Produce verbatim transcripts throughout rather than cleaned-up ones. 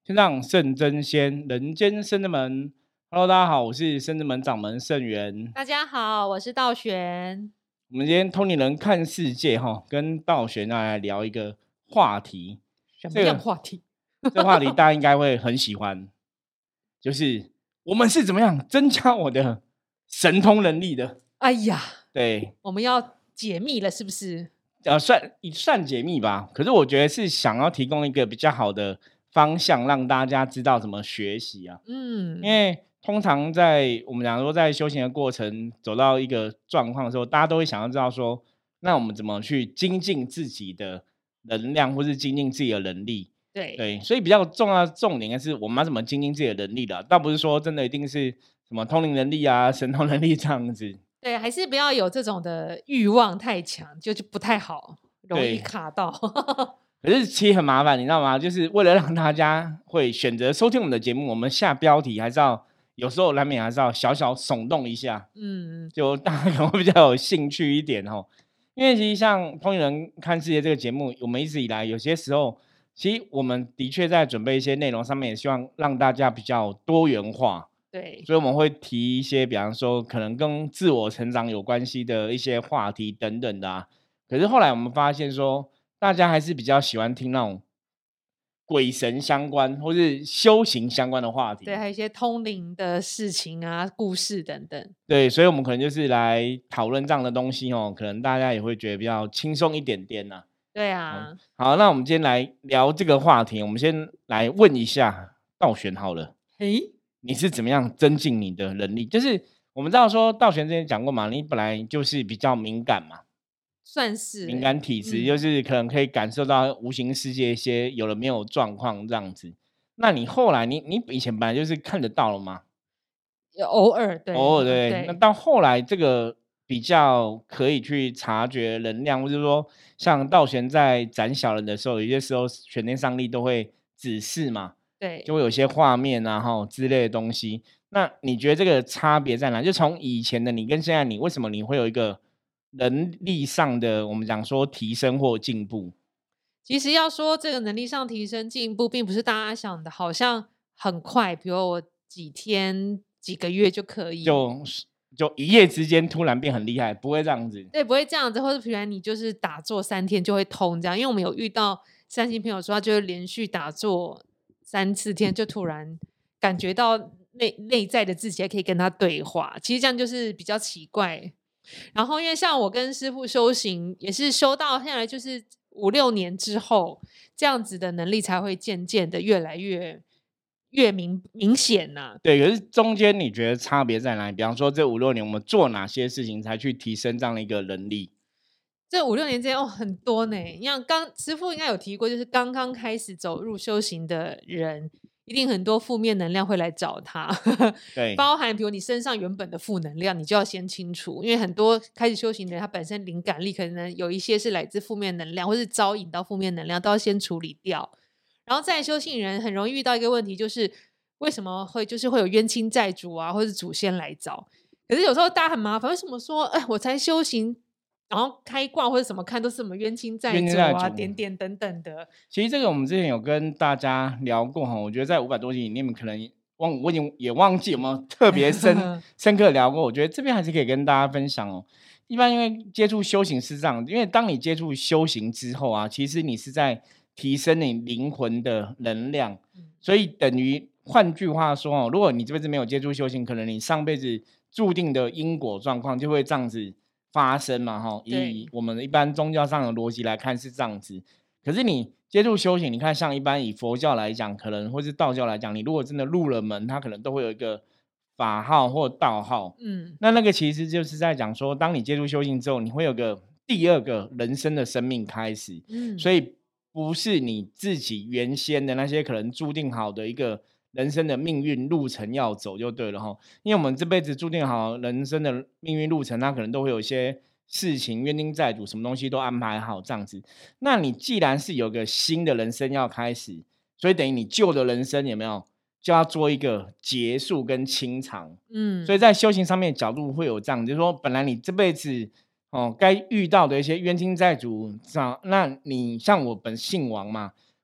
天上圣真仙，人间圣之门。Hello，大家好，我是圣之门掌门圣元。 大家好，我是道玄。 我们今天通灵人看世界哈，跟道玄要来聊一个话题。 什么这个样话题？ 这个话题大家应该会很喜欢，就是我们是怎么样增加我的神通能力的？ 哎呀， 对， 我们要解密了，是不是？ 呃，算算解密吧。可是我觉得是想要提供一个比较好的方向，让大家知道怎么学习啊。因嗯， 为通常在我们讲说，在修行的过程走到一个状况的时候，大家都会想要知道说，那我们怎么去精进自己的能量，或是精进自己的能力？ 对对，所以比较重要的重点是我们要怎么精进自己的能力的，倒不是说真的一定是什么通灵能力啊、神通能力这样子。 对，还是不要有这种的欲望太强，就就不太好，容易对， 卡到。 可是其实很麻烦，你知道吗？就是为了让大家会选择收听我们的节目，我们下标题还是要有时候难免还是要小小耸动一下。 嗯， 就大家可能会比较有兴趣一点哦。因为其实像《通灵人看世界》这个节目，我们一直以来有些时候，其实我们的确在准备一些内容上面，也希望让大家比较多元化， 对， 所以我们会提一些，比方说可能跟自我成长有关系的一些话题等等的啊。可是后来我们发现说，大家还是比较喜欢听那种鬼神相关或是修行相关的话对， 题。 还有一些通灵的事情啊、故事等等。 对，所以我们可能就是来讨论这样的东西哦，可能大家也会觉得比较轻松一点点呐、 对嗯， 啊， 好，那我们今天来聊这个话题，我们先来问一下道玄好了， 诶， 你是怎么样增进你的能力？就是我们知道说道玄之前讲过嘛，你本来就是比较敏感嘛， 算是敏感诶， 体质，就嗯， 是可能可以感受到无形世界一些有了没有状况这样子。那你后来你你以前本来就是看得到了吗？ 有偶尔，对， 偶尔对，那对。 到后来这个比较可以去察觉能量，或者说像道玄在斩小人的时候，有些时候玄天上帝都会指示嘛，就对， 会有些画面啊哈之类的东西。那你觉得这个差别在哪？就从以前的你跟现在你，为什么你会有一个能力上的我们讲说提升或进步？ 其实要说这个能力上提升进步，并不是大家想的，好像很快，比如我几天、几个月就可以。 就是就一夜之间突然变很厉害，不会这样子。 对，不会这样子，或者比如你就是打坐三天就会通这样。因为我们有遇到三星朋友说，他就是连续打坐三四天，就突然感觉到内内在的自己还可以跟他对话。其实这样就是比较奇怪。然后因为像我跟师傅修行，也是修到现在就是五六年之后，这样子的能力才会渐渐的越来越越明明显呐、 对，可是中间你觉得差别在哪里？比方说这五六年我们做哪些事情才去提升这样的一个能力？ 这五六年之间哦，很多呢。你像刚师傅应该有提过，就是刚刚开始走入修行的人，一定很多负面能量会来找他， 对， 包含比如你身上原本的负能量，你就要先清除，因为很多开始修行的人，他本身灵感力可能有一些是来自负面能量，或是招引到负面能量，都要先处理掉。然后再修行人很容易遇到一个问题，就是为什么会就是会有冤亲债主啊，或是祖先来找？可是有时候大家很麻烦，为什么说，哎，我才修行，然后开挂或者什么看都是什么冤亲债冤亲主啊、 债主。 点点等等的。 其实这个我们之前有跟大家聊过哈，我觉得在五百多集里面，你们可能忘我已经也忘记有没有特别深深刻聊过。我觉得这边还是可以跟大家分享哦。一般因为接触修行是这样，因为当你接触修行之后啊，其实你是在提升你灵魂的能量， 嗯， 所以等于换句话说哦，如果你这辈子没有接触修行，可能你上辈子注定的因果状况就会这样子发生嘛哈。以对， 我们一般宗教上的逻辑来看是这样子。可是你接触修行，你看像一般以佛教来讲，可能或是道教来讲，你如果真的入了门，它可能都会有一个法号或道号。 嗯， 那那个其实就是在讲说，当你接触修行之后，你会有个第二个人生的生命开始，所嗯， 以不是你自己原先的那些可能注定好的一个人生的命运路程要走就对了哈。因为我们这辈子注定好人生的命运路程，它可能都会有一些事情冤亲债主，什么东西都安排好这样子。那你既然是有个新的人生要开始，所以等于你旧的人生有没有就要做一个结束跟清偿？所以嗯， 在修行上面角度会有这样，就是说本来你这辈子哦该遇到的一些冤亲债主，这样，那你像我本姓王嘛，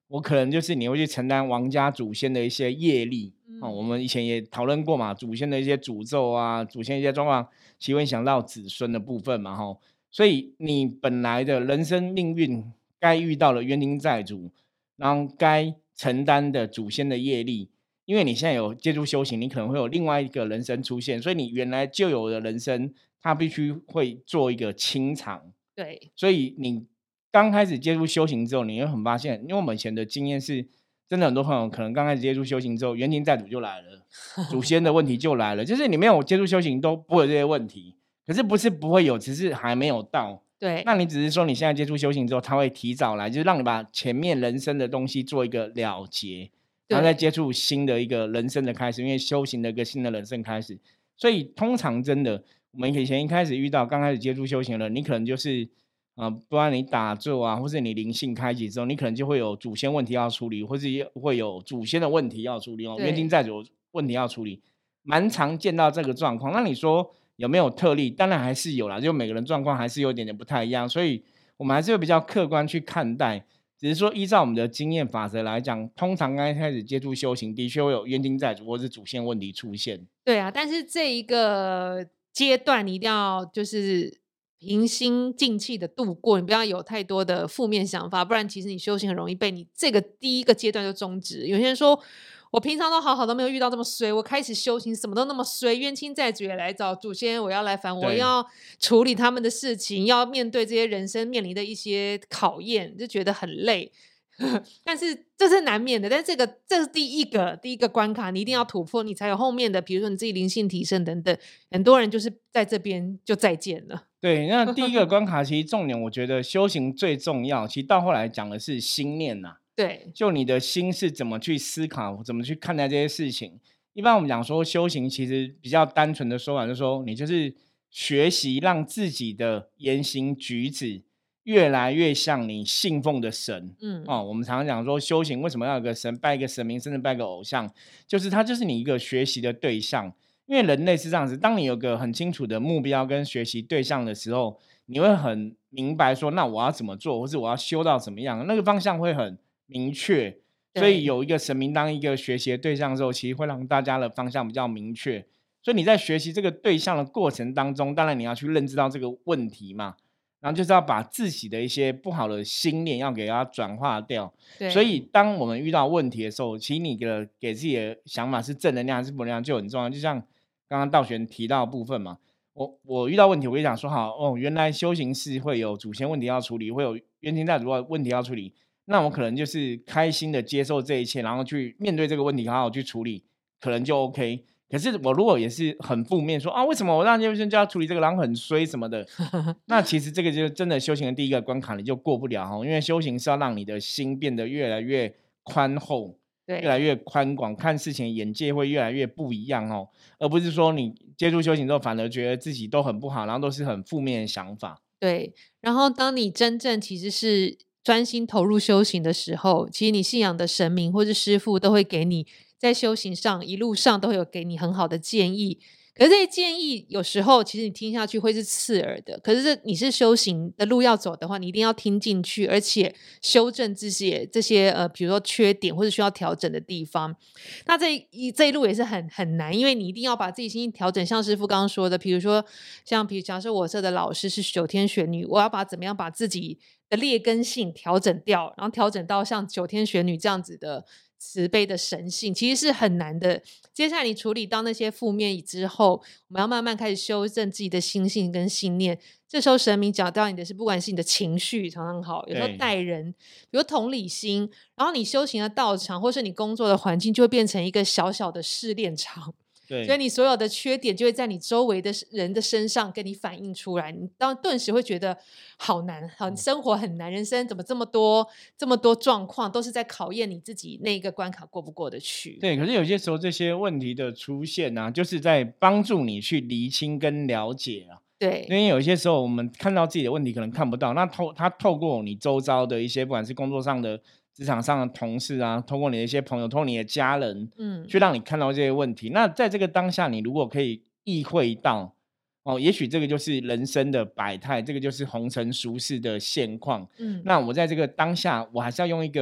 我可能就是你会去承担王家祖先的一些业力。哦，我嗯， 们以前也讨论过嘛，祖先的一些诅咒啊，祖先一些状况，其实会影响到子孙的部分嘛，吼。所以你本来的人生命运该遇到的冤亲债主，然后该承担的祖先的业力，因为你现在有接触修行，你可能会有另外一个人生出现，所以你原来就有的人生，它必须会做一个清偿。 对， 所以你刚开始接触修行之后，你会很发现，因为我们以前的经验是，真的很多朋友可能刚开始接触修行之后，冤亲债主就来了，祖先的问题就来了，就是你没有接触修行都不会有这些问题，可是不是不会有，只是还没有到。那对， 你只是说你现在接触修行之后，他会提早来，就是让你把前面人生的东西做一个了结，然后再对， 接触新的一个人生的开始，因为修行的一个新的人生开始。所以通常真的，我们以前一开始遇到刚开始接触修行的人，你可能就是呃，不然你打坐啊，或是你灵性开启之后，你可能就会有祖先问题要处理，或是会有祖先的问题要处理哦，冤亲对， 债主问题要处理，蛮常见到这个状况。那你说有没有特例？当然还是有啦，就每个人状况还是有点点不太一样，所以我们还是会比较客观去看待。只是说依照我们的经验法则来讲，通常刚开始接触修行，的确会有冤亲债主或是祖先问题出现。 对啊，但是这一个阶段你一定要就是平心静气的度过，你不要有太多的负面想法，不然其实你修行很容易被你这个第一个阶段就终止。有些人说我平常都好好，都没有遇到这么衰，我开始修行什么都那么衰，冤亲债主也来找祖先，我要来烦，我对， 要处理他们的事情，要面对这些人生面临的一些考验，就觉得很累。但是这是难免的，但是这个这是第一个第一个关卡，你一定要突破，你才有后面的，比如说你自己灵性提升等等。很多人就是在这边就再见了。 对，那第一个关卡其实重点，我觉得修行最重要，其实到后来讲的是心念呐、 对， 就你的心是怎么去思考，怎么去看待这些事情。一般我们讲说修行，其实比较单纯的说法，就是说你就是学习让自己的言行举止越来越像你信奉的神。 嗯， 哦，我们常常讲说修行为什么要有个神，拜一个神明，甚至拜个偶像，就是它就是你一个学习的对象。因为人类是这样子，当你有个很清楚的目标跟学习对象的时候，你会很明白说，那我要怎么做，或是我要修到怎么样，那个方向会很明确。所以对， 有一个神明当一个学习的对象的时候，其实会让大家的方向比较明确。所以你在学习这个对象的过程当中，当然你要去认知到这个问题嘛，然后就是要把自己的一些不好的心念要给它转化掉。所以对， 当我们遇到问题的时候，其实你的给自己的想法是正能量还是负能量就很重要。就像刚刚道玄提到的部分嘛，我我遇到问题，我就想说好哦，原来修行是会有祖先问题要处理，会有冤亲债主的问题要处理。那我可能就是开心的接受这一切，然后去面对这个问题，好好去处理，可能就 OK。可是我如果也是很负面说啊，为什么我让先生就要处理这个，然后很衰什么的，那其实这个就真的修行的第一个关卡，你就过不了哈。因为修行是要让你的心变得越来越宽厚，越来对。 越宽广，看事情的眼界会越来越不一样哦，而不是说你接触修行之后，反而觉得自己都很不好，然后都是很负面的想法。 对，然后当你真正其实是专心投入修行的时候，其实你信仰的神明或是师父都会给你在修行上一路上都会有给你很好的建议。可是这些建议有时候其实你听下去会是刺耳的，可是这你是修行的路要走的话，你一定要听进去，而且修正这些这些呃，比如说缺点或者需要调整的地方。那这一这一路也是很很难，因为你一定要把自己心情调整，像师傅刚刚说的，比如说像比如假设我设的老师是九天玄女，我要把怎么样把自己的劣根性调整掉，然后调整到像九天玄女这样子的慈悲的神性，其实是很难的。接下来你处理到那些负面之后，我们要慢慢开始修正自己的心性跟信念。这时候神明讲到你的是，不管是你的情绪常常好，有时候对待人，比如同理心，然后你修行的道场，或是你工作的环境，就会变成一个小小的试炼场。所以对你所有的缺点就会在你周围的人的身上跟你反映出来，你当顿时会觉得好难，好生活很难，人生怎么这么多这么多状况，都是在考验你自己那个关卡过不过得去。 对，可是有些时候这些问题的出现呢、就是在帮助你去厘清跟了解啊。因对， 为有些时候我们看到自己的问题可能看不到，那透他透过你周遭的一些，不管是工作上的、职场上的同事啊，通过你的一些朋友，通过你的家人，去嗯， 让你看到这些问题。那在这个当下，你如果可以意会到，哦，也许这个就是人生的百态，这个就是红尘俗世的现况。 嗯， 那我在这个当下，我还是要用一个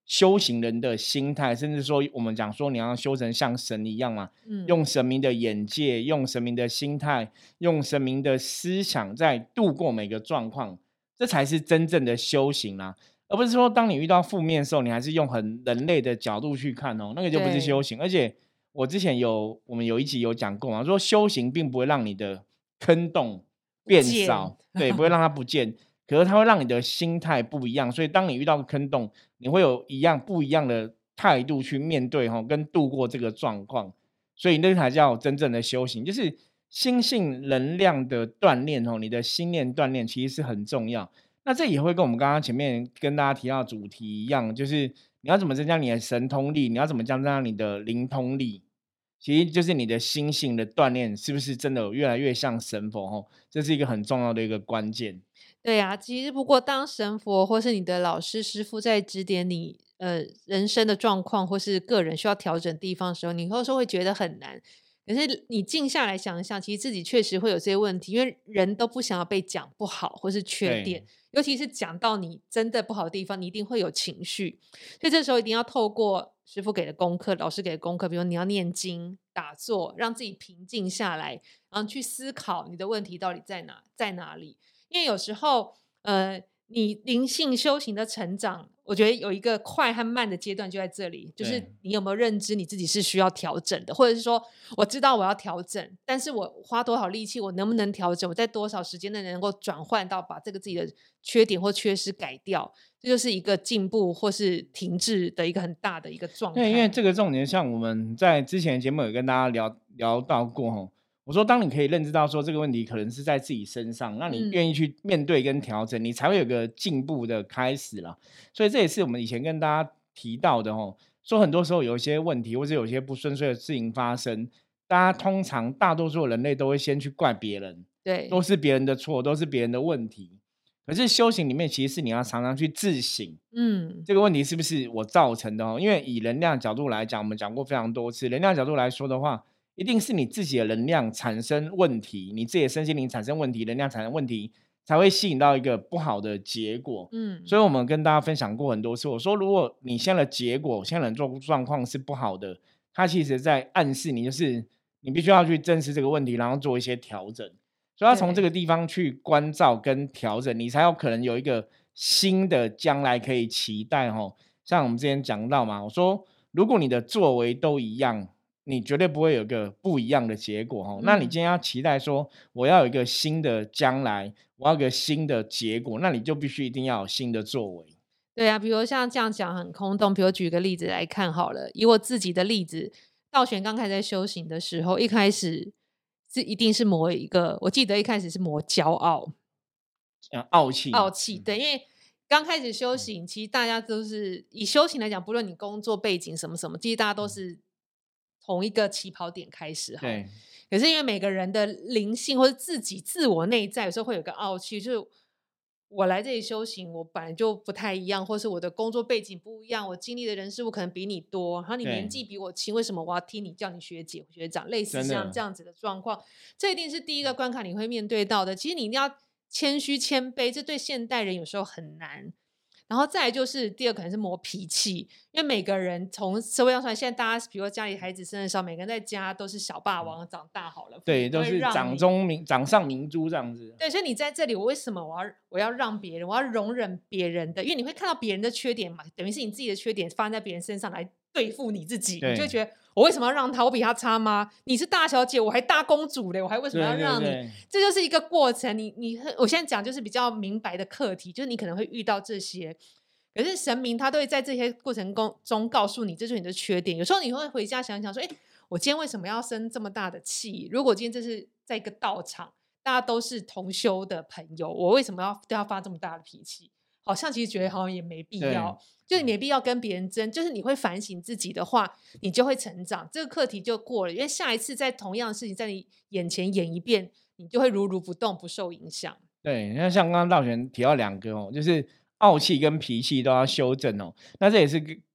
修行人的心态，甚至说我们讲说你要修成像神一样嘛， 嗯， 用神明的眼界，用神明的心态，用神明的思想在度过每个状况，这才是真正的修行啦、而不是说当你遇到负面的时候，你还是用很人类的角度去看哦，那个就不是修对， 行。而且我之前有我们有一集有讲过嘛，说修行并不会让你的坑洞不见， 变少，对，不会让它不见，可是它会让你的心态不一样。所以当你遇到坑洞，你会有一样不一样的态度去面对哈，跟度过这个状况。所以那才叫真正的修行，就是心性能量的锻炼哦，你的心念锻炼其实是很重要。那这也会跟我们刚刚前面跟大家提到的主题一样，就是你要怎么增加你的神通力，你要怎么增加你的灵通力，其实就是你的心性的锻炼是不是真的有越来越像神佛哦，这是一个很重要的一个关键。 对啊，其实不过当神佛或是你的老师师傅在指点你，呃，人生的状况或是个人需要调整的地方的时候，你有时候会觉得很难。可是你静下来想一想，其实自己确实会有这些问题，因为人都不想要被讲不好或是缺点， 对尤其是讲到你真的不好的地方，你一定会有情绪。所以这时候一定要透过师傅给的功课、老师给的功课，比如你要念经、打坐，让自己平静下来，然后去思考你的问题到底在哪，在哪里。因为有时候，呃，你灵性修行的成长，我觉得有一个快和慢的阶段就在这里，就是对你有没有认知你自己是需要调整的，或者是说我知道我要调整，但是我花多少力气，我能不能调整，我在多少时间内能够转换到把这个自己的缺点或缺失改掉，这就是一个进步或是停滞的一个很大的一个状对，因为态。 这个重点，像我们在之前的节目有跟大家聊聊到过吼，我说当你可以认知到说这个问题可能是在自己身上，那你愿意嗯， 去面对跟调整，你才会有个进步的开始啦。所以这也是我们以前跟大家提到的吼，说很多时候有一些问题或者有一些不顺遂的事情发生，大家通常大多数的人类都会先去怪别人，都对， 是别人的错，都是别人的问题。可是修行里面其实是你要常常去自省， 嗯， 这个问题是不是我造成的哦？因为以能量角度来讲，我们讲过非常多次，能量角度来说的话，一定是你自己的能量产生问题，你自己的身心灵产生问题，能量产生问题，才会吸引到一个不好的结果。 嗯， 所以我们跟大家分享过很多次，我说如果你现在的结果、现在的状状况是不好的，它其实在暗示你，就是你必须要去正视这个问题，然后做一些调整。所以要从这对。 个地方去关照跟调整，你才有可能有一个新的将来可以期待吼。像我们之前讲到嘛，我说如果你的作为都一样，你绝对不会有一个不一样的结果吼。那你嗯， 今天要期待说我要有一个新的将来，我要有一个新的结果，那你就必须一定要有新的作为。 对啊，比如像这样讲很空洞，比如举个例子来看好了，以我自己的例子，道玄刚开始在修行的时候，一开始是一定是磨一个，我记得一开始是磨骄傲、 呃，傲气， 傲气， 嗯对，因为刚开始修行，其实大家都是以修行来讲，不论你工作背景什么什么，其实大家都是同一个起跑点开始好了。 对， 可是因为每个人的灵性或者自己自我内在，有时候会有个傲气，就是我来这里修行，我本来就不太一样，或是我的工作背景不一样，我经历的人事物可能比你多，然后你年对， 纪比我轻，为什么我要听你叫你学姐学长？类似真的， 像这样子的状况，这一定是第一个关卡你会面对到的。其实你一定要谦虚谦卑，这对现代人有时候很难。然后再来就是第二可能是磨脾气，因为每个人从社会上出来，现在大家比如说家里孩子生的时候，每个人在家都是小霸王长大好了，父母对， 不会都是让你。 掌中明掌上明珠这样子。 对，所以你在这里，我为什么我要我要让别人，我要容忍别人的？因为你会看到别人的缺点嘛，等于是你自己的缺点发生在别人身上来对付你自己，你就会对， 觉得我为什么要让他？我比他差吗？你是大小姐，我还大公主嘞，我还为什么要对对让你？ 对， 这就是一个过程。你你我现在讲就是比较明白的课题，就是你可能会遇到这些。可是神明他都会在这些过程中中告诉你，这就是你的缺点。有时候你会回家想想说，哎，我今天为什么要生这么大的气？如果今天这是在一个道场，大家都是同修的朋友，我为什么要对他发这么大的脾气？好像其实觉得好像也没必对， 要，就是你没必要跟别人争，就是你会反省自己的话，你就会成长，这个课题就过了。因为下一次在同样的事情在你眼前演一遍，你就会如如不动，不受影响。 对，那像刚刚道玄提到两个哦，就是傲气跟脾气都要修正哦。那这也是跟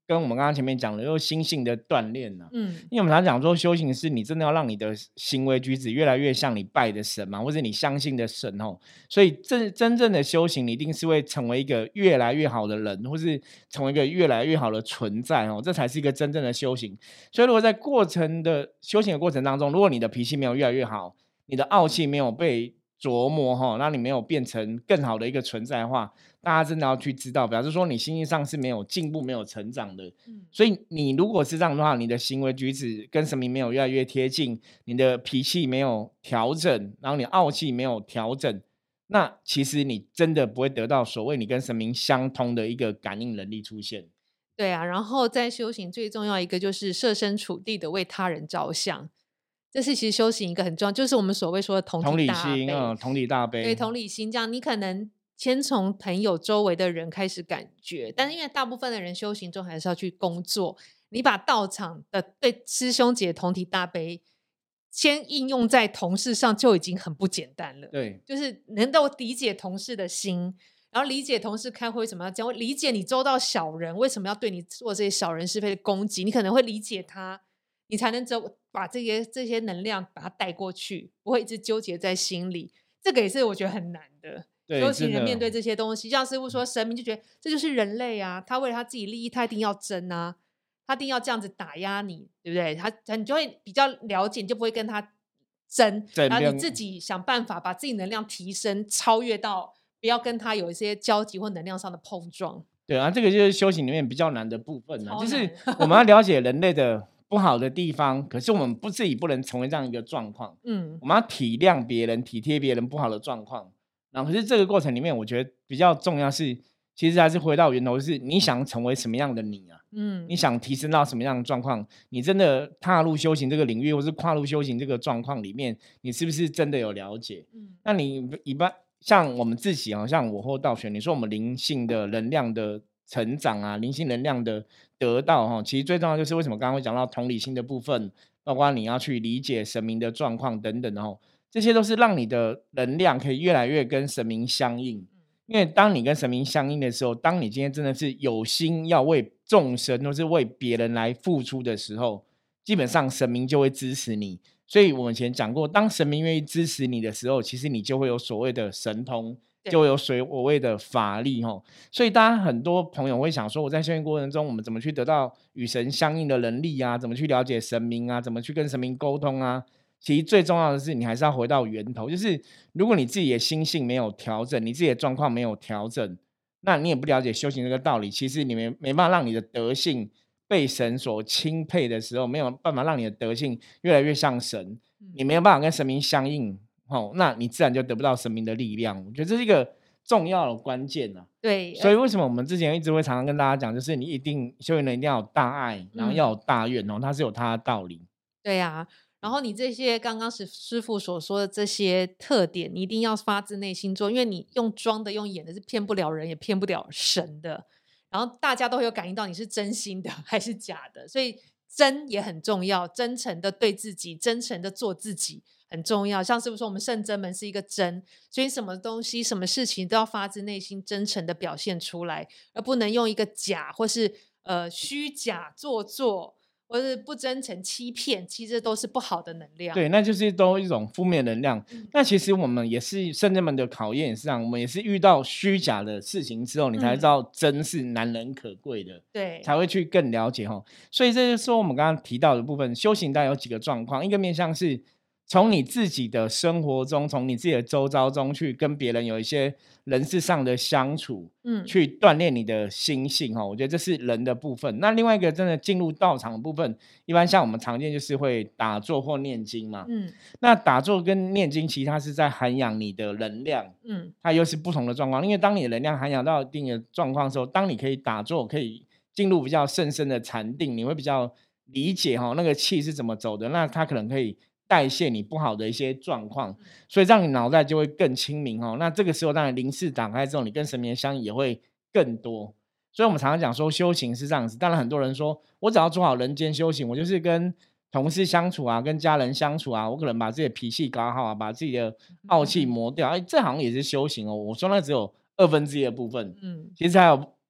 跟我们刚刚前面讲的，又心性的锻炼呢。 嗯， 因为我们常讲说，修行是你真的要让你的行为举止越来越像你拜的神嘛，或者你相信的神哦。所以真真正的修行，你一定是会成为一个越来越好的人，或是成为一个越来越好的存在哦，这才是一个真正的修行。所以如果在过程的修行的过程当中，如果你的脾气没有越来越好，你的傲气没有被琢磨哈，那你没有变成更好的一个存在的话，大家真的要去知道，表示说你心性上是没有进步、没有成长的。 嗯所以你如果是这样的话，你的行为举止跟神明没有越来越贴近，你的脾气没有调整，然后你傲气没有调整，那其实你真的不会得到所谓你跟神明相通的一个感应能力出现。 对啊，然后在修行最重要一个就是设身处地的为他人着想，这是其实修行一个很重要，就是我们所谓说的同同理体大心，嗯， 悲。 同理大对， 悲， 同理心，这样你可能先从朋友周围的人开始感觉，但是因为大部分的人修行中还是要去工作，你把道场的对师兄姐同体大悲先应用在同事上就已经很不简单了。 对就是能够理解同事的心，然后理解同事开会为什么要这样，理解你周到小人为什么要对你做这些小人是非的攻击，你可能会理解他，你才能走把这些这些能量把它带过去，不会一直纠结在心里。这个也是我觉得很难的。 对， 修行真的人面对这些东西，像师傅说，神明就觉得这就是人类啊，他为了他自己利益，他一定要争啊，他一定要这样子打压你，对不对？他他你就会比较了解，你就不会跟他争， 争辩然后你自己想办法把自己能量提升，超越到不要跟他有一些交集或能量上的碰撞。 对啊，这个就是修行里面比较难的部分呢、 超就是难我们要了解人类的不好的地方，可是我们不自己不能成为这样一个状况， 嗯我们要体谅别人、体贴别人不好的状况。然后，可是这个过程里面，我觉得比较重要是，其实还是回到源头，就是你想成为什么样的你啊？你嗯想提升到什么样的状况？你真的踏入修行这个领域，或是跨入修行这个状况里面，你是不是真的有了解？ 嗯那你一般像我们自己啊，像我或道玄，你说我们灵性的能量的成长啊，灵性能量的得到哈，其实最重要就是为什么刚刚会讲到同理心的部分，包括你要去理解神明的状况等等的哈，这些都是让你的能量可以越来越跟神明相应。因为当你跟神明相应的时候，当你今天真的是有心要为众生或是为别人来付出的时候，基本上神明就会支持你。所以我们以前讲过，当神明愿意支持你的时候，其实你就会有所谓的神通， 对就会有所谓的法力吼。所以当然很多朋友会想说，我在修行过程中，我们怎么去得到与神相应的能力啊？怎么去了解神明啊？怎么去跟神明沟通啊？其实最重要的是，你还是要回到源头，就是如果你自己的心性没有调整，你自己的状况没有调整，那你也不了解修行这个道理，其实你没没办法让你的德性被神所钦佩的时候，没有办法让你的德性越来越像神，你没有办法跟神明相应，哦，那你自然就得不到神明的力量。我觉得这是一个重要的关键啊。 对， 所以为什么我们之前一直会常常跟大家讲，就是你一定修行人一定要有大爱，然后要有大愿哦，它是有它的道理。 对呀、然后你这些刚刚师师傅所说的这些特点，你一定要发自内心做，因为你用装的、用演的是骗不了人，也骗不了神的。然后大家都会有感应到你是真心的还是假的，所以真也很重要，真诚的对自己，真诚的做自己很重要。像师傅说，我们圣真门是一个真，所以什么东西、什么事情都要发自内心、真诚的表现出来，而不能用一个假或是呃虚假、做作。或是不真诚、欺骗，其实都是不好的能量。 对，那就是都一种负面能量。 嗯那其实我们也是圣人们的考验，也是这样，我们也是遇到虚假的事情之后，你才知道真是难能可贵的， 对， 才会去更了解哈。所以这就是说我们刚刚提到的部分，修行大概有几个状况，一个面向是从你自己的生活中，从你自己的周遭中去跟别人有一些人事上的相处， 嗯， 去锻炼你的心性哈。我觉得这是人的部分。那另外一个真的进入道场的部分，一般像我们常见就是会打坐或念经嘛。 嗯那打坐跟念经，其实它是在涵养你的能量， 嗯它又是不同的状况。因为当你的能量涵养到一定的状况的时候，当你可以打坐，可以进入比较甚深的禅定，你会比较理解哈那个气是怎么走的，那它可能可以代谢你不好的一些状况，所以让你脑袋就会更清明哦。那这个时候当然灵视打开之后，你跟神明的相应也会更多。所以我们常常讲说修行是这样子，当然很多人说我只要做好人间修行，我就是跟同事相处啊，跟家人相处啊，我可能把自己的脾气搞好啊，把自己的傲气磨掉，哎，这好像也是修行哦。我说那只有二分之一的部分， 嗯， 其实还有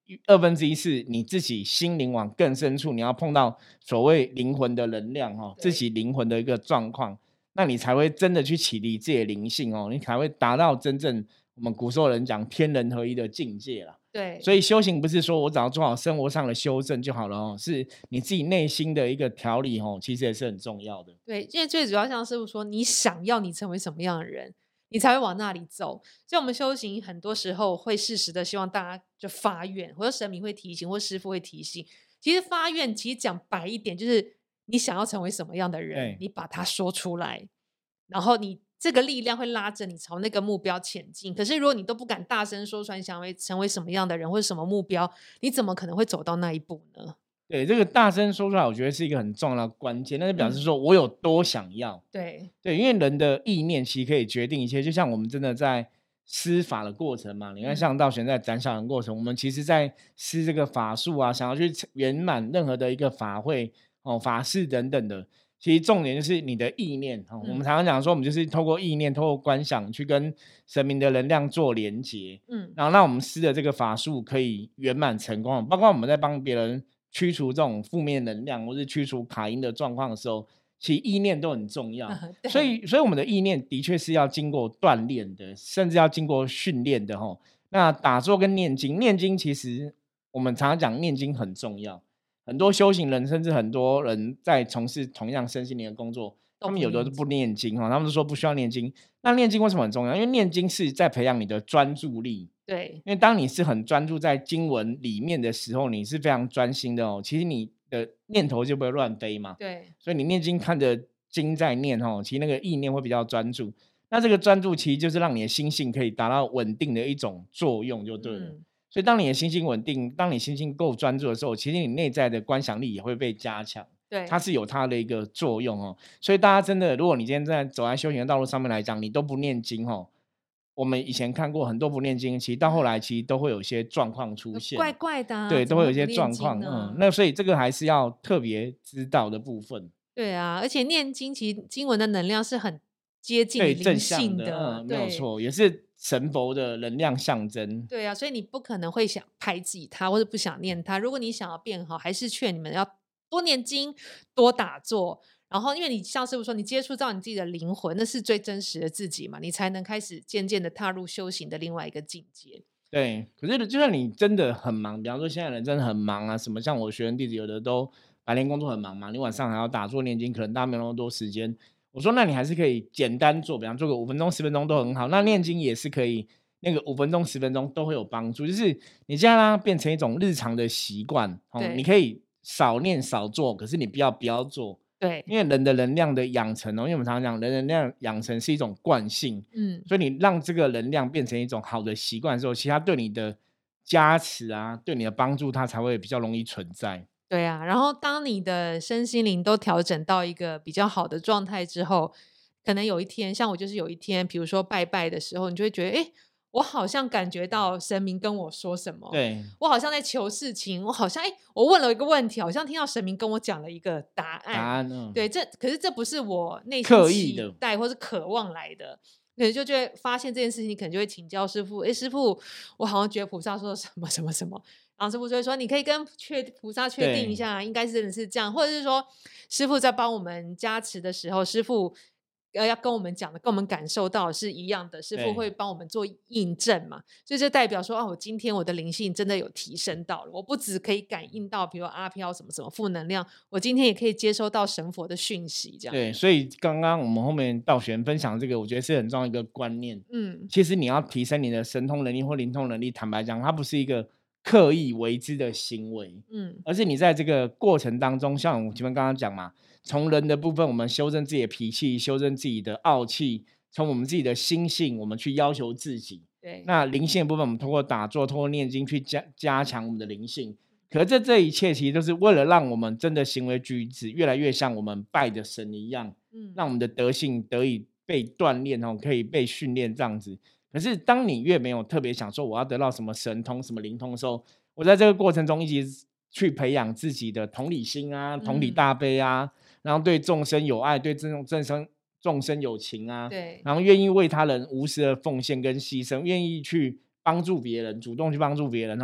二分之一是你自己心灵往更深处，你要碰到所谓灵魂的能量哦，自己灵魂的一个状况，那你才会真的去启迪自己的灵性哦，你才会达到真正我们古时候人讲天人合一的境界啦。 对， 所以修行不是说我只要做好生活上的修正就好了哦，是你自己内心的一个调理哦，其实也是很重要的。 对，因为最主要像师傅说，你想要你成为什么样的人，你才会往那里走。所以我们修行很多时候会适时的希望大家就发愿，或者神明会提醒，或师傅会提醒。其实发愿，其实讲白一点，就是你想要成为什么样的人，你把它说出来，然后你这个力量会拉着你朝那个目标前进。可是如果你都不敢大声说出来，你想成为什么样的人或者什么目标，你怎么可能会走到那一步呢？ 对，这个大声说出来，我觉得是一个很重要的关键，那就表示说我有多想要。 嗯、对对，因为人的意念其实可以决定一切，就像我们真的在施法的过程嘛，你看像道玄在斩小人过程，我们其实在施这个法术啊，想要去圆满任何的一个法会哦、法事等等的，其实重点就是你的意念哦。 嗯、 我们常常讲说，我们就是透过意念、透过观想去跟神明的能量做连接，嗯，然后让我们施的这个法术可以圆满成功，包括我们在帮别人驱除这种负面能量，或是驱除卡因的状况的时候，其实意念都很重要。所以，所以我们的意念的确是要经过锻炼的，甚至要经过训练的齁。那打坐跟念经，念经其实我们常常讲念经很重要，很多修行人甚至很多人在从事同样身心灵的工作，他们有的都不念经齁，他们都说不需要念经。那念经为什么很重要？因为念经是在培养你的专注力。 对， 因为当你是很专注在经文里面的时候，你是非常专心的哦。其实你的念头就不会乱飞嘛。 对， 所以你念经看着经在念哦，其实那个意念会比较专注。那这个专注其实就是让你的心性可以达到稳定的一种作用，就对了。嗯、所以当你的心性稳定，当你心性够专注的时候，其实你内在的观想力也会被加强。 对， 它是有它的一个作用哦。所以大家真的，如果你今天在走在修行的道路上面来讲，你都不念经哦。我们以前看过很多不念经，其实到后来其实都会有一些状况出现， 怪怪的、啊， 对，都会有一些状况。嗯，那所以这个还是要特别知道的部分。 对啊，而且念经其实经文的能量是很接近灵性的， 的嗯，没有错，也是神佛的能量象征。 对啊，所以你不可能会想排挤它，或者不想念它。如果你想要变好，还是劝你们要多念经、多打坐。然后，因为你像师傅说，你接触到你自己的灵魂，那是最真实的自己嘛，你才能开始渐渐的踏入修行的另外一个境界。 对，可是就算你真的很忙，比方说现在人真的很忙啊，什么像我学生弟子有的都白天工作很忙嘛，你晚上还要打坐念经，可能大家没有那么多时间。我说那你还是可以简单做，比方做个五分钟、十分钟都很好。那念经也是可以，那个五分钟、十分钟都会有帮助。就是你这样让它变成一种日常的习惯哦，你可以少念少做，可是你不要不要做。 对， 因为人的能量的养成哦，因为我们常常讲人能量养成是一种惯性，嗯，所以你让这个能量变成一种好的习惯的时候，其实它对你的加持啊，对你的帮助，它才会比较容易存在。 对啊，然后当你的身心灵都调整到一个比较好的状态之后，可能有一天，像我就是有一天，比如说拜拜的时候，你就会觉得，哎。我好像感觉到神明跟我说什么， 对， 我好像在求事情，我好像哎，我问了一个问题，好像听到神明跟我讲了一个答案， 答案呢？ 对，这可是这不是我内心期待或是渴望来的，对，就就会发现这件事情，你可能就会请教师傅，哎，师傅，我好像觉得菩萨说什么什么什么，然后师傅就会说，你可以跟确菩萨确定一下，应该是真的是这样，或者是说，师傅在帮我们加持的时候，师傅。呃，要跟我们讲的，跟我们感受到的是一样的，师父会帮我们做印证嘛？所以这代表说，哦，我今天我的灵性真的有提升到了，我不只可以感应到，比如阿飘什么什么负能量，我今天也可以接收到神佛的讯息，这样。 对，所以刚刚我们后面道玄分享这个，我觉得是很重要一个观念。嗯，其实你要提升你的神通能力或灵通能力，坦白讲，它不是一个刻意为之的行为，嗯，而是你在这个过程当中，像我前面刚刚讲嘛。从人的部分，我们修正自己的脾气，修正自己的傲气；从我们自己的心性，我们去要求自己。 对， 那灵性的部分，我们通过打坐、通过念经去加加强我们的灵性。可是这这一切，其实都是为了让我们真的行为举止越来越像我们拜的神一样，嗯，让我们的德性得以被锻炼哦，可以被训练这样子。可是，当你越没有特别想说我要得到什么神通、什么灵通的时候，我在这个过程中一直去培养自己的同理心啊、同理大悲啊。嗯，然后对众生有爱，对这种众生众生有情啊， 对， 然后愿意为他人无私的奉献跟牺牲，愿意去帮助别人，主动去帮助别人哦。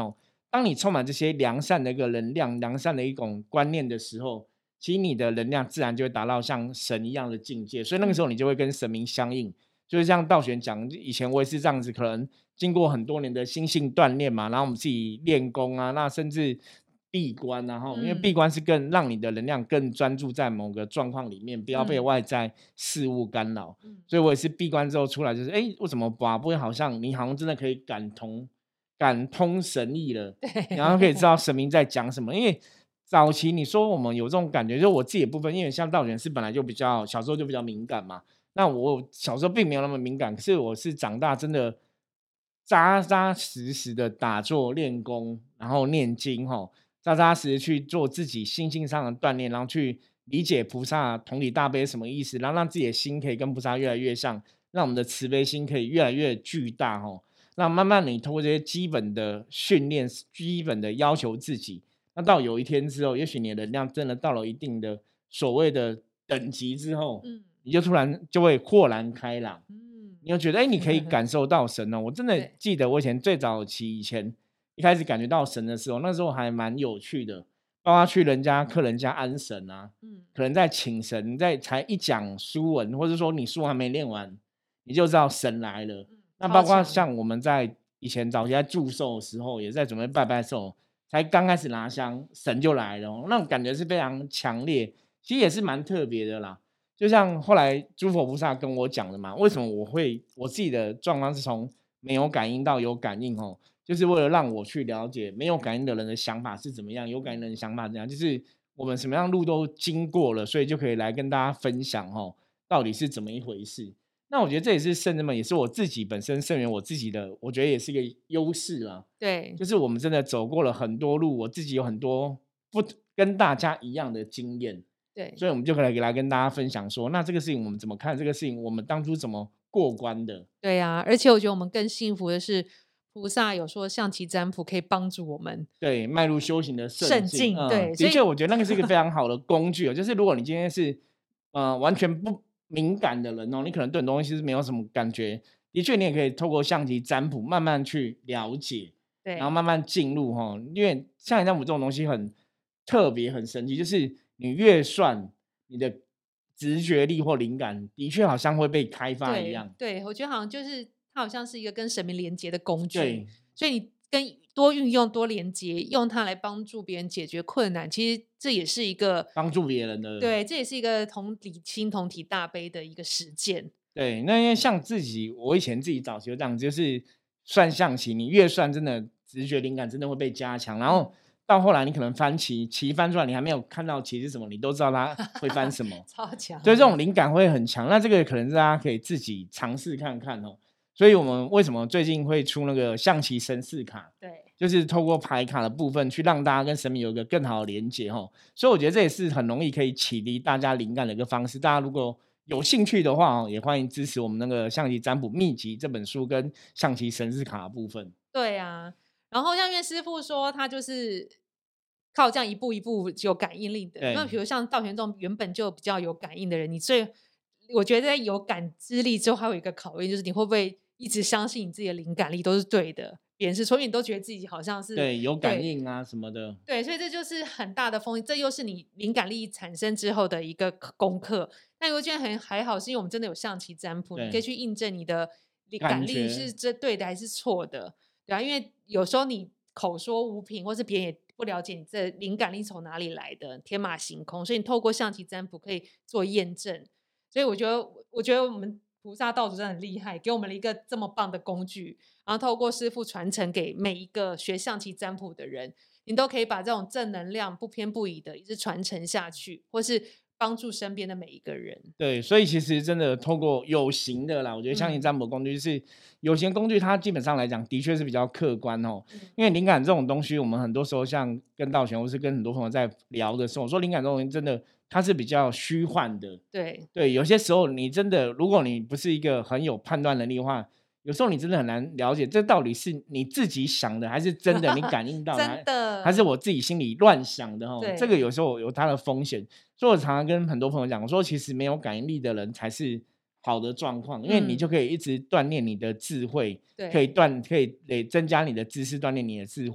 当你充满这些良善的一个能量、良善的一种观念的时候，其实你的能量自然就会达到像神一样的境界，所以那个时候嗯你就会跟神明相应。就是像道玄讲，以前我也是这样子，可能经过很多年的心性锻炼嘛，然后我们自己练功啊，那甚至闭关啊，因为闭嗯关是更让你的能量更专注在某个状况里面，不要被嗯外在事物干扰。 嗯， 所以我也是闭关之后出来，就是哎，诶为什么把不会好像你好像真的可以感同感通神意了，然后可以知对， 道神明在讲什么。因为早期你说我们有这种感觉，就是我自己的部分，因为像道玄是本来就比较小时候就比较敏感嘛，那我小时候并没有那么敏感，可是我是长大真的扎扎实实的打坐练功，然后念经哈，扎扎实实去做自己心性上的锻炼，然后去理解菩萨同理大悲什么意思，然后让自己的心可以跟菩萨越来越像，让我们的慈悲心可以越来越巨大哈。那慢慢你通过这些基本的训练，基本的要求自己，那到有一天之后，也许你的能量真的到了一定的所谓的等级之后， 嗯你就突然就会豁然开朗。 嗯， 你就觉得，哎，你可以感受到神哦。我真的对， 记得我以前最早期以前一开始感觉到神的时候，那时候还蛮有趣的，包括去人家客人家安神啊， 嗯可能在请神，你在才一讲书文，或者说你书还没念完，你就知道神来了。 嗯， 那包括超强， 像我们在以前早期在祝寿的时候，也在准备拜拜的时候，才刚开始拿香，神就来了哦，那种感觉是非常强烈，其实也是蛮特别的啦。就像后来诸佛菩萨跟我讲的嘛，为什么我会我自己的状况是从没有感应到有感应哦，就是为了让我去了解没有感应的人的想法是怎么样，有感应的人的想法怎样，就是我们什么样的路都经过了，所以就可以来跟大家分享哦，到底是怎么一回事。那我觉得这也是圣人们，也是我自己本身圣元我自己的，我觉得也是一个优势啦。 对就是我们真的走过了很多路，我自己有很多不跟大家一样的经验， 对。 所以我们就可以来跟大家分享说，那这个事情我们怎么看？这个事情我们当初怎么过关的？ 对呀，而且我觉得我们更幸福的是，菩萨有说象棋占卜可以帮助我们对，迈入修行的圣境。 慎进， 嗯， 对，所的确， 以我觉得那个是一个非常好的工具哦。就是如果你今天是呃完全不敏感的人哦，你可能对很多东西是没有什么感觉。的确，你也可以透过象棋占卜慢慢去了解，然后对慢慢进入哈。因为象棋占卜这种东西很特别、很神奇，就是你越算，你的直觉力或灵感的确好像会被开发一样。 对对，我觉得好像就是它好像是一个跟神明连接的工具， 对， 所以你跟多运用、多连接，用它来帮助别人解决困难，其实这也是一个帮助别人的。 对，这也是一个同理心、同体大悲的一个实践。 对，那因为像自己，我以前自己早期就这样，就是算象棋，你越算真的直觉灵感真的会被加强，然后嗯， 到后来你可能翻棋，棋翻出来你还没有看到棋是什么，你都知道它会翻什么， 超强， 所以这种灵感会很强。那这个可能是大家可以自己尝试看看哦。所以我们为什么最近会出那个象棋神士卡？ 对就是透过牌卡的部分去让大家跟神明有一个更好的连接哦。所以我觉得这也是很容易可以启迪大家灵感的一个方式。大家如果有兴趣的话哦，也欢迎支持我们那个象棋占卜秘籍这本书跟象棋神士卡的部分。 对啊。然后像因为师傅说他就是靠这样一步一步有感应力的，那对， 比如像道玄这种原本就比较有感应的人，你最我觉得在有感知力之后，还有一个考验就是你会不会一直相信你自己的灵感力都是对的，别人是错，因为你都觉得自己好像是对，有感对应啊什么的。 对，所以这就是很大的风险，这又是你灵感力产生之后的一个课功课。那我觉得很还好，是因为我们真的有象棋占卜，你可以对， 去印证你的灵感感力是觉。 这对的还是错的，对啊，因为有时候你口说无凭，或是别人也不了解你这灵感力从哪里来的，天马行空，所以你透过象棋占卜可以做验证。所以我觉得，我觉得我们菩萨道主真的很厉害，给我们了一个这么棒的工具，然后透过师傅传承给每一个学象棋占卜的人，你都可以把这种正能量不偏不倚的一直传承下去，或是帮助身边的每一个人。 对，所以其实真的透过有形的啦，我觉得象棋嗯占卜工具就是有形工具，它基本上来讲的确是比较客观哦。 嗯因为灵感这种东西，我们很多时候像跟道玄或是跟很多朋友在聊的时候，我说灵感这种东西真的它是比较虚幻的。 对对，有些时候你真的，如果你不是一个很有判断能力的话，有时候你真的很难了解这到底是你自己想的，还是真的你感应到的， 真还的还是我自己心里乱想的哦。这个对有时候有它的风险，所以我常常跟很多朋友讲，我说其实没有感应力的人才是好的状况，因为你就嗯可以一直锻炼你的智慧，可以对锻可以累增加你的知识，锻炼你的智慧。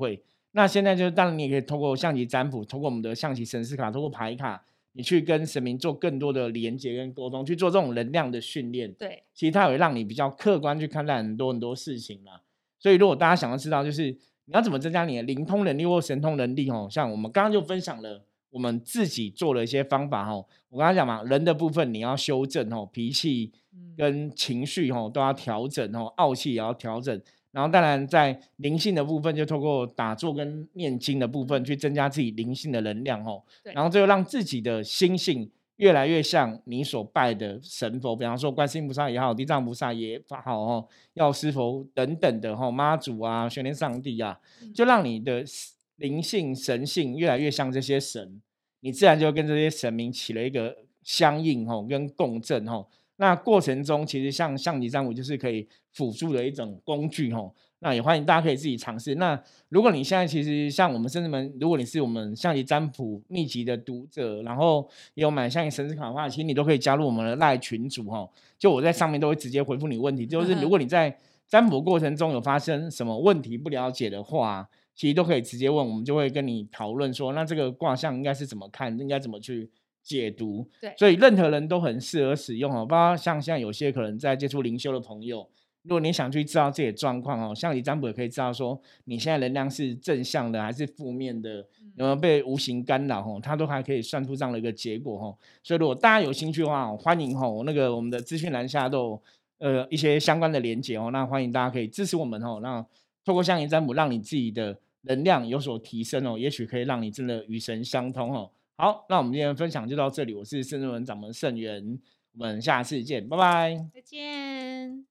那现在就是当然你也可以透过象棋占卜，透过我们的象棋神士卡，透过牌卡，你去跟神明做更多的连接跟沟通，去做这种能量的训练。 对， 其实它会让你比较客观去看待很多很多事情啦。所以如果大家想要知道，就是你要怎么增加你的灵通能力或神通能力哦，像我们刚刚就分享了我们自己做了一些方法哦。我刚刚讲嘛，人的部分你要修正哦，脾气跟情绪哦都要调整哦，傲气也要调整。然后当然在灵性的部分，就透过打坐跟念经的部分去增加自己灵性的能量哦。 对然后最后让自己的心性越来越像你所拜的神佛，比方说观世音菩萨也好，地藏菩萨也好哦，药师佛等等的哈、哦，妈祖啊、玄天上帝啊，就让你的灵性神性越来越像这些神，你自然就跟这些神明起了一个相应哦，跟共振哦。那过程中，其实像象棋占卜就是可以辅助的一种工具哦。那也欢迎大家可以自己尝试。那如果你现在其实像我们甚至们，如果你是我们象棋占卜秘籍的读者，然后也有买象棋神士卡的话，其实你都可以加入我们的赖群组哦。就我在上面都会直接回复你问题，就是如果你在占卜过程中有发生什么问题不了解的话，其实都可以直接问，我们就会跟你讨论说，那这个卦象应该是怎么看，应该怎么去解读。 对， 所以任何人都很适合使用哦，包括像现在有些可能在接触灵修的朋友，如果你想去知道自己的状况哦，象棋占卜也可以知道说你现在能量是正向的还是负面的，有没有被无形干扰哦，它都还可以算出这样的一个结果哦。所以如果大家有兴趣的话，欢迎哦，那个我们的资讯栏下都有呃一些相关的连结哦，那欢迎大家可以支持我们哦，那透过象棋占卜让你自己的能量有所提升哦，也许可以让你真的与神相通哦。好，那我们今天的分享就到这里，我是圣人掌门圣元，我们下次见，拜拜。 再见。